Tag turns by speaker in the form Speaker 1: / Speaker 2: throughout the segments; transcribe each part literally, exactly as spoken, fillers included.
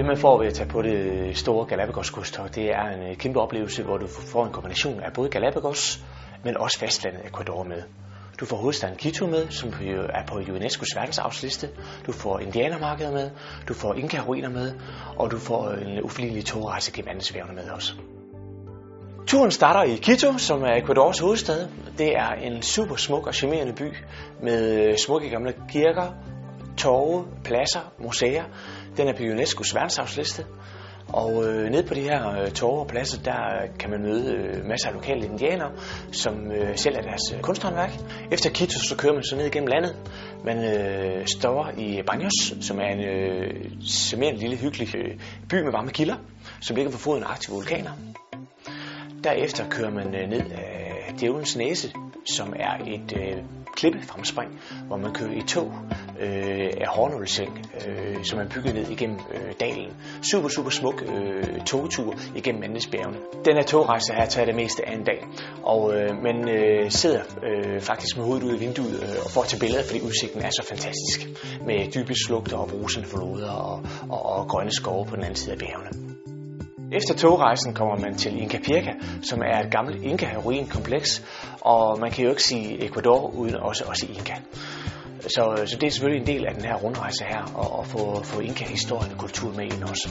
Speaker 1: Det man får ved at tage på det store Galapagos-godstog, det er en kæmpe oplevelse, hvor du får en kombination af både Galapagos, men også fastlandet Ecuador med. Du får hovedstaden Quito med, som er på UNESCOs verdensarvsliste. Du får indianermarkeder med, du får inka-ruiner med, og du får en ufrivillig togrejse gennem Andesbjergene med også. Turen starter i Quito, som er Ecuadors hovedstad. Det er en super smuk og charmerende by med smukke gamle kirker, torve, pladser, museer. Den er på UNESCOs verdensarvsliste. Og øh, nede på de her øh, torve og pladser, der kan man møde øh, masser af lokale indianere, som øh, sælger deres øh, kunsthåndværk. Efter Quito, så kører man så ned igennem landet. Man øh, står i Baños, som er en øh, charmerende lille hyggelig øh, by med varme kilder, som ligger på foden af aktive vulkaner. Derefter kører man øh, ned af Djævelens Næse, som er et øh, klippefremspring, hvor man kører i tog øh, af Hornålseng, øh, som er bygget ned igennem øh, dalen. Super, super smuk øh, togtur igennem Andesbjergene. Den her togrejse her tager det meste af en dag, og øh, man øh, sidder øh, faktisk med hovedet ud af vinduet øh, og får til billeder, fordi udsigten er så fantastisk. Med dybe slugter og brusende floder og, og, og grønne skove på den anden side af bjergene. Efter togrejsen kommer man til Inca Pirca, som er et gammelt Inca-ruinkompleks, og man kan jo ikke sige Ecuador uden også at sige Inca. Så, så det er selvfølgelig en del af den her rundrejse her, og at få, få Inca-historien og kultur med ind også.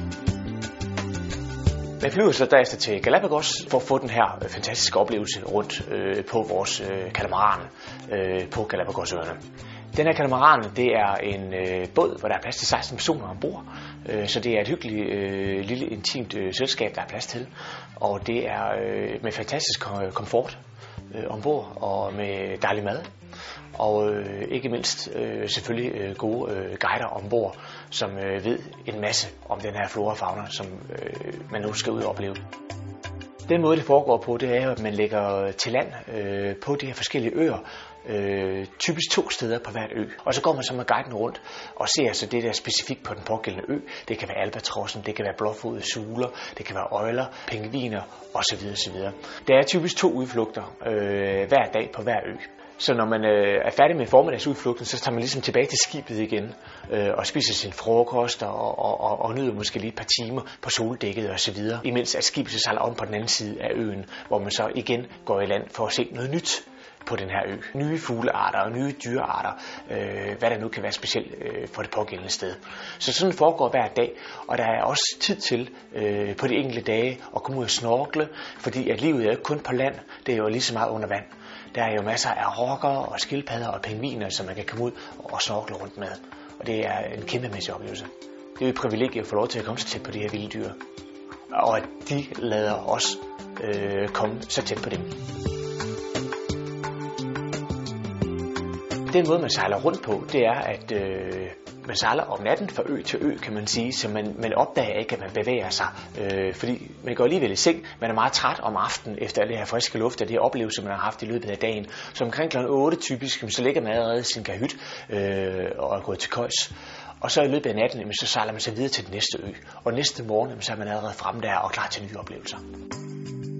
Speaker 1: Man flyver så derefter til Galapagos for at få den her fantastiske oplevelse rundt øh, på vores øh, katamaran øh, på Galapagosøerne. Den her katamaran, det er en øh, båd, hvor der er plads til seksten personer ombord. Øh, så det er et hyggeligt, øh, lille, intimt øh, selskab, der er plads til. Og det er øh, med fantastisk komfort øh, ombord og med dejlig mad. Og øh, ikke mindst øh, selvfølgelig øh, gode øh, guider ombord, som øh, ved en masse om den her flora og fauna, som øh, man nu skal ud og opleve. Den måde, det foregår på, det er, at man lægger til land øh, på de her forskellige øer, øh, typisk to steder på hvert ø. Og så går man så med guiden rundt og ser altså det, der er specifikt på den pågældende ø. Det kan være albatrossen, det kan være blåfodede suler, det kan være øgler, pingviner osv. osv. Der er typisk to udflugter øh, hver dag på hver ø. Så når man øh, er færdig med formiddagsudflugten, så tager man ligesom tilbage til skibet igen øh, og spiser sin frokost og, og, og, og nyder måske lige et par timer på soldækket og så videre. Imens at skibet så sejler om på den anden side af øen, hvor man så igen går i land for at se noget nyt på den her ø. Nye fuglearter og nye dyrearter, øh, hvad der nu kan være specielt øh, for det pågældende sted. Så sådan foregår hver dag, og der er også tid til øh, på de enkelte dage at komme ud og snorkle, fordi at livet er ikke kun på land, det er jo lige så meget under vand. Der er jo masser af rokker og skildpadder og pingviner, som man kan komme ud og snorkle rundt med. Og det er en kæmpemæssig oplevelse. Det er jo et privilegie at få lov til at komme så tæt på de her vilde dyr. Og at de lader os øh, komme så tæt på dem. Den måde, man sejler rundt på, det er, at øh, man sejler om natten fra ø til ø, kan man sige, så man, man opdager ikke, at man bevæger sig, øh, fordi man går alligevel i seng, man er meget træt om aftenen efter det her friske luft og det her oplevelse, man har haft i løbet af dagen. Så omkring klokken otte typisk, så ligger man allerede i sin kahyt øh, og er gået til køjs. Og så i løbet af natten, jamen, så sejler man sig videre til den næste ø, og næste morgen, jamen, så er man allerede fremme der og klar til nye oplevelser.